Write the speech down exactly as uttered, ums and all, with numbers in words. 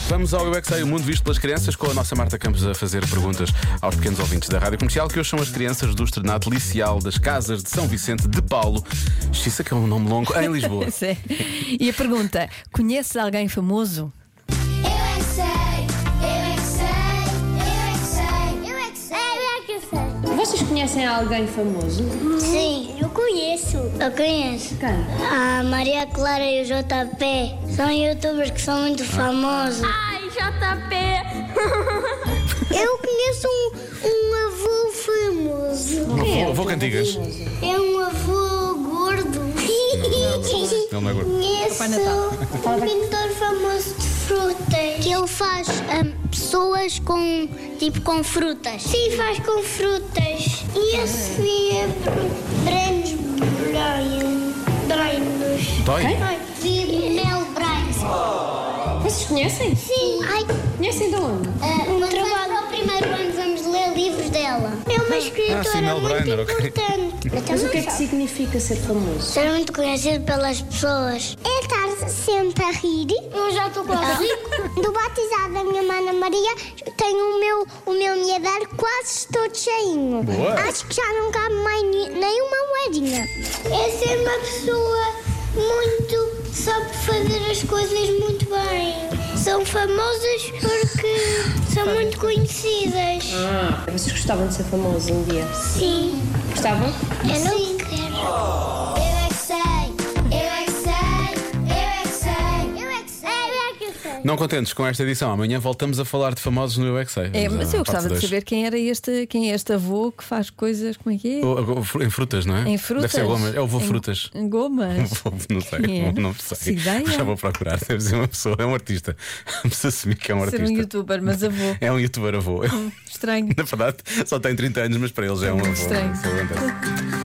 Vamos ao Eu é que Sei, o mundo visto pelas crianças, com a nossa Marta Campos a fazer perguntas aos pequenos ouvintes da Rádio Comercial, que hoje são as crianças do Externato Licial das Casas de São Vicente de Paulo. Xissa, que é um nome longo, em Lisboa. Sim. E a pergunta: conheces alguém famoso? Eu é que sei, eu é que sei, eu é que sei, eu é que sei, eu é que sei. Vocês conhecem alguém famoso? Sim, eu conheço. Eu conheço. Quem? A Maria Clara e o J P são youtubers que são muito famosos. Ai, J P! Eu conheço um, um avô famoso. Um avô, avô Cantigas. É um avô gordo. Ele não é gordo. Conheço um pintor famoso de frutas. Que ele faz hum, pessoas com, tipo, com frutas. Sim, faz com frutas. E a Sofia Brenos Brian. Brenos. Dói? E Mel Brian. Vocês conhecem? Sim. Ai, Conhecem de onde? uh, no trabalho ao primeiro ano vamos ler livros dela. É uma escritora Ah, sim, Mel muito Briner, ok. importante. Mas o que é que significa ser famoso? Ser muito conhecido pelas pessoas. É estar sempre a rir. Eu já estou quase rico. Do batizado da minha mana Maria, tenho o meu, o meu miadar quase todo cheinho. Boa. Acho que já não cabe mais ni- nenhuma moedinha. É ser uma pessoa muito... sabe fazer as coisas muito bem. São famosas porque são muito conhecidas. Ah, vocês gostavam de ser famosos um dia? Sim. Gostavam? Eu não quero. Eu é que sei, eu é que sei, eu é que sei, eu é que sei, eu é que sei. Não contentes com esta edição, amanhã voltamos a falar de famosos no Eu é que Sei. É, Vamos mas à eu parte gostava de dois. saber quem era este, quem é este avô que faz coisas, como é que é? O- o- Em frutas, não é? Em frutas. Deve ser Gomas. É o avô Em- Frutas. Em gomas. Não sei, Quem é? não sei. Se ideia. Já vou procurar. Deve ser uma pessoa, é um artista. Vamos assumir que é um Ser artista. um youtuber, mas avô. É um youtuber avô. Estranho. Na verdade, só tem trinta anos, mas para eles é um avô. Estranho. Isso é verdade.